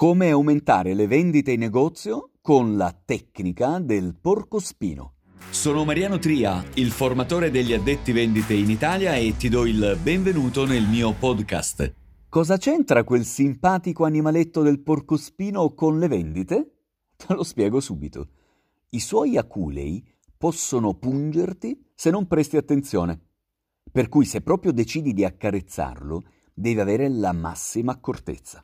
Come aumentare le vendite in negozio con la tecnica del porcospino. Sono Mariano Tria, il formatore degli addetti vendite in Italia e ti do il benvenuto nel mio podcast. Cosa c'entra quel simpatico animaletto del porcospino con le vendite? Te lo spiego subito. I suoi aculei possono pungerti se non presti attenzione. Per cui se proprio decidi di accarezzarlo, devi avere la massima accortezza.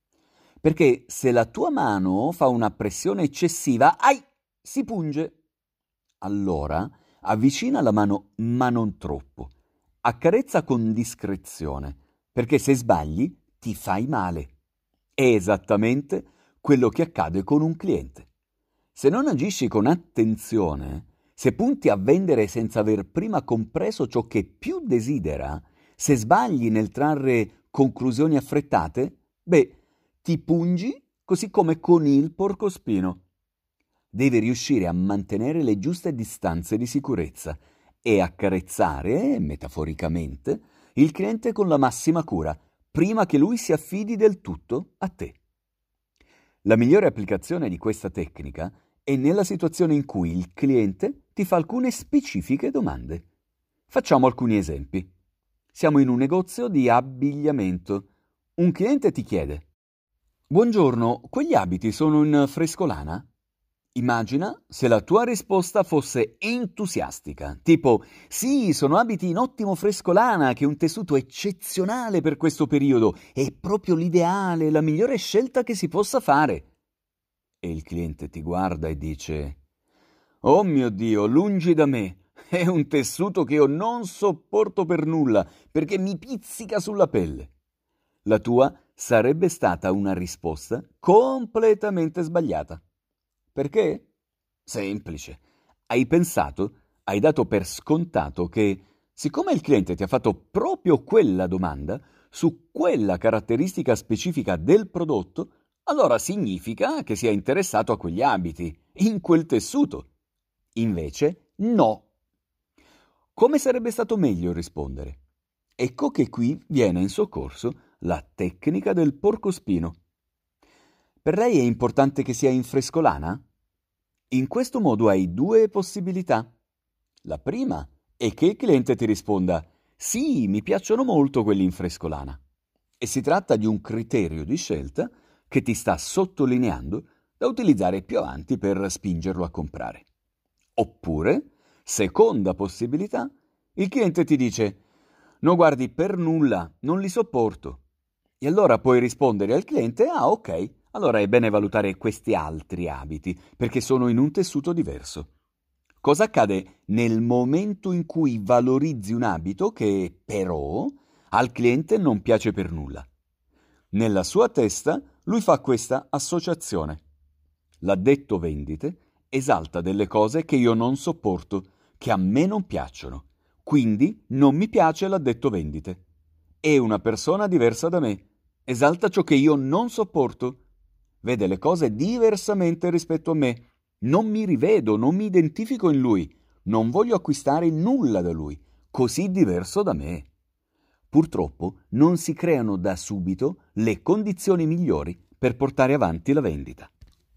Perché se la tua mano fa una pressione eccessiva, si punge. Allora avvicina la mano, ma non troppo. Accarezza con discrezione, perché se sbagli ti fai male. È esattamente quello che accade con un cliente. Se non agisci con attenzione, se punti a vendere senza aver prima compreso ciò che più desidera, se sbagli nel trarre conclusioni affrettate, ti pungi così come con il porcospino. Devi riuscire a mantenere le giuste distanze di sicurezza e accarezzare, metaforicamente, il cliente con la massima cura, prima che lui si affidi del tutto a te. La migliore applicazione di questa tecnica è nella situazione in cui il cliente ti fa alcune specifiche domande. Facciamo alcuni esempi. Siamo in un negozio di abbigliamento. Un cliente ti chiede: «Buongiorno, quegli abiti sono in frescolana?» Immagina se la tua risposta fosse entusiastica, tipo «Sì, sono abiti in ottimo frescolana, che è un tessuto eccezionale per questo periodo, è proprio l'ideale, la migliore scelta che si possa fare». E il cliente ti guarda e dice «Oh mio Dio, lungi da me, è un tessuto che io non sopporto per nulla, perché mi pizzica sulla pelle». La tua sarebbe stata una risposta completamente sbagliata. Perché? Semplice. Hai dato per scontato che, siccome il cliente ti ha fatto proprio quella domanda, su quella caratteristica specifica del prodotto, allora significa che sia interessato a quegli abiti, in quel tessuto. Invece, no. Come sarebbe stato meglio rispondere? Ecco che qui viene in soccorso la tecnica del porcospino. Per lei è importante che sia in frescolana? In questo modo hai due possibilità. La prima è che il cliente ti risponda «Sì, mi piacciono molto quelli in frescolana». E si tratta di un criterio di scelta che ti sta sottolineando da utilizzare più avanti per spingerlo a comprare. Oppure, seconda possibilità, il cliente ti dice «No, guardi, per nulla, non li sopporto». E allora puoi rispondere al cliente «Ah, ok, allora è bene valutare questi altri abiti, perché sono in un tessuto diverso». Cosa accade nel momento in cui valorizzi un abito che, però, al cliente non piace per nulla? Nella sua testa lui fa questa associazione. L'addetto vendite esalta delle cose che io non sopporto, che a me non piacciono, quindi non mi piace l'addetto vendite. È una persona diversa da me, esalta ciò che io non sopporto, vede le cose diversamente rispetto a me, non mi rivedo, non mi identifico in lui, non voglio acquistare nulla da lui, così diverso da me. Purtroppo non si creano da subito le condizioni migliori per portare avanti la vendita.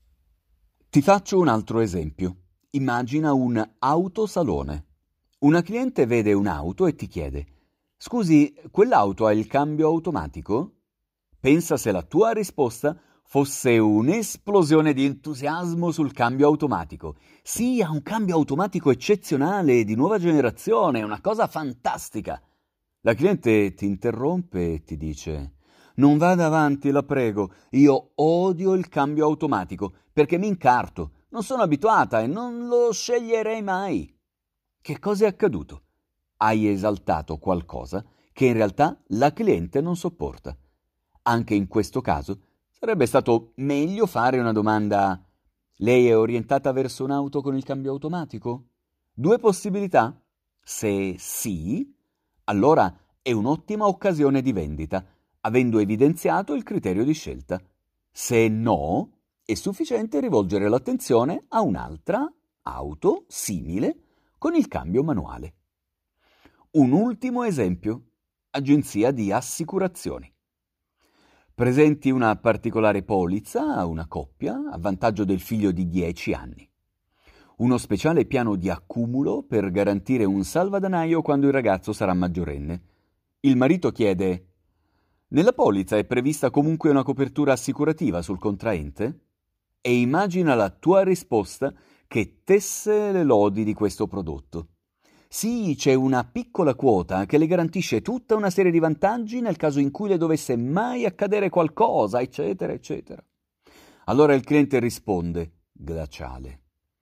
Ti faccio un altro esempio. Immagina un autosalone. Una cliente vede un'auto e ti chiede: «Scusi, quell'auto ha il cambio automatico?» Pensa se la tua risposta fosse un'esplosione di entusiasmo sul cambio automatico. «Sì, ha un cambio automatico eccezionale, di nuova generazione, è una cosa fantastica». La cliente ti interrompe e ti dice: «Non vada avanti, la prego, io odio il cambio automatico perché mi incarto, non sono abituata e non lo sceglierei mai». Che cosa è accaduto? Hai esaltato qualcosa che in realtà la cliente non sopporta. Anche in questo caso sarebbe stato meglio fare una domanda: «Lei è orientata verso un'auto con il cambio automatico?» Due possibilità. Se sì, allora è un'ottima occasione di vendita, avendo evidenziato il criterio di scelta. Se no, è sufficiente rivolgere l'attenzione a un'altra auto simile con il cambio manuale. Un ultimo esempio: agenzia di assicurazioni. Presenti una particolare polizza a una coppia a vantaggio del figlio di 10 anni. Uno speciale piano di accumulo per garantire un salvadanaio quando il ragazzo sarà maggiorenne. Il marito chiede: nella polizza è prevista comunque una copertura assicurativa sul contraente? E immagina la tua risposta che tesse le lodi di questo prodotto. Sì, c'è una piccola quota che le garantisce tutta una serie di vantaggi nel caso in cui le dovesse mai accadere qualcosa, eccetera, eccetera. Allora il cliente risponde, glaciale: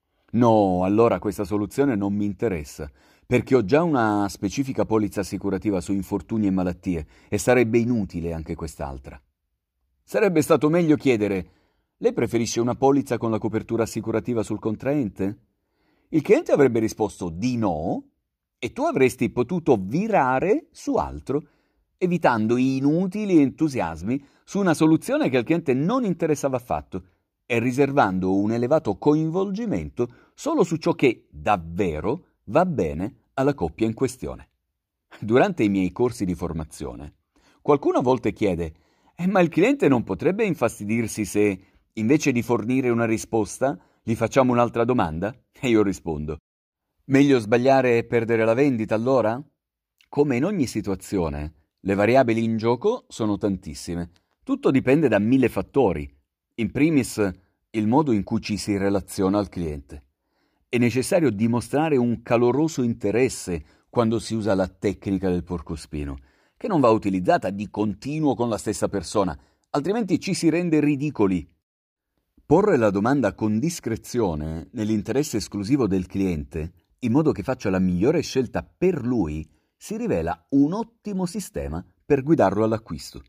no, allora questa soluzione non mi interessa, perché ho già una specifica polizza assicurativa su infortuni e malattie e sarebbe inutile anche quest'altra. Sarebbe stato meglio chiedere: lei preferisce una polizza con la copertura assicurativa sul contraente? Il cliente avrebbe risposto di no e tu avresti potuto virare su altro, evitando inutili entusiasmi su una soluzione che al cliente non interessava affatto e riservando un elevato coinvolgimento solo su ciò che davvero va bene alla coppia in questione. Durante i miei corsi di formazione, qualcuno a volte chiede: ma il cliente non potrebbe infastidirsi se, invece di fornire una risposta, gli facciamo un'altra domanda? E io rispondo: meglio sbagliare e perdere la vendita allora? Come in ogni situazione, le variabili in gioco sono tantissime. Tutto dipende da 1000 fattori. In primis, il modo in cui ci si relaziona al cliente. È necessario dimostrare un caloroso interesse quando si usa la tecnica del porcospino, che non va utilizzata di continuo con la stessa persona, altrimenti ci si rende ridicoli. Porre la domanda con discrezione, nell'interesse esclusivo del cliente, in modo che faccia la migliore scelta per lui, si rivela un ottimo sistema per guidarlo all'acquisto.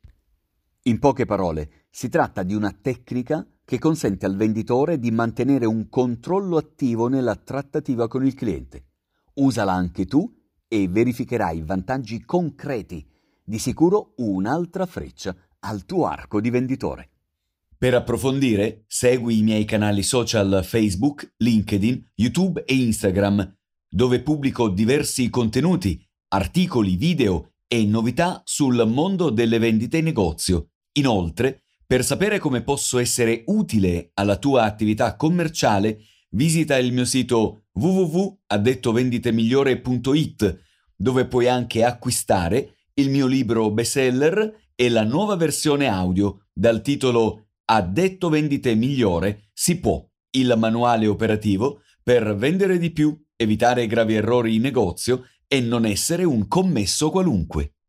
In poche parole, si tratta di una tecnica che consente al venditore di mantenere un controllo attivo nella trattativa con il cliente. Usala anche tu e verificherai vantaggi concreti, di sicuro un'altra freccia al tuo arco di venditore. Per approfondire, segui i miei canali social Facebook, LinkedIn, YouTube e Instagram, dove pubblico diversi contenuti, articoli, video e novità sul mondo delle vendite in negozio. Inoltre, per sapere come posso essere utile alla tua attività commerciale, visita il mio sito www.addettovenditemigliore.it, dove puoi anche acquistare il mio libro bestseller e la nuova versione audio dal titolo Addetto Vendite Migliore si può, il manuale operativo per vendere di più, evitare gravi errori in negozio e non essere un commesso qualunque.